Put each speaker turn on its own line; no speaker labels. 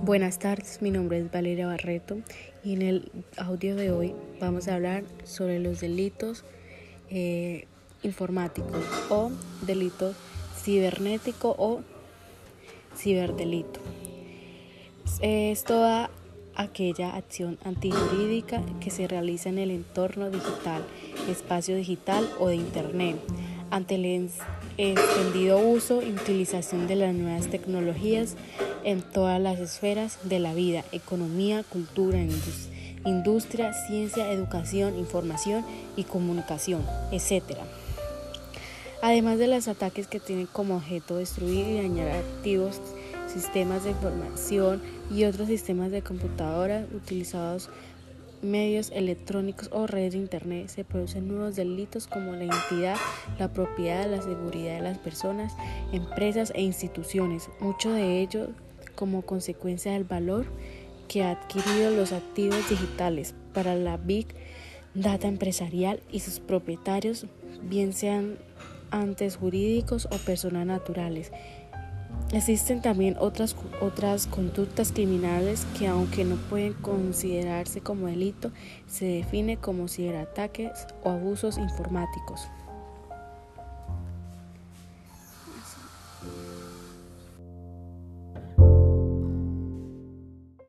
Buenas tardes, mi nombre es Valeria Barreto y en el audio de hoy vamos a hablar sobre los delitos informáticos o delito cibernético o ciberdelito. Es toda aquella acción antijurídica que se realiza en el entorno digital, espacio digital o de Internet, ante el extendido uso y utilización de las nuevas tecnologías en todas las esferas de la vida: economía, cultura, industria, ciencia, educación, información y comunicación, etc. Además de los ataques que tienen como objeto destruir y dañar activos, sistemas de información y otros sistemas de computadora utilizados, medios electrónicos o redes de Internet, se producen nuevos delitos como la identidad, la propiedad, la seguridad de las personas, empresas e instituciones, mucho de ello como consecuencia del valor que ha adquirido los activos digitales para la Big Data empresarial y sus propietarios, bien sean entes jurídicos o personas naturales. Existen también otras conductas criminales que, aunque no pueden considerarse como delito, se define como ciberataques o abusos informáticos.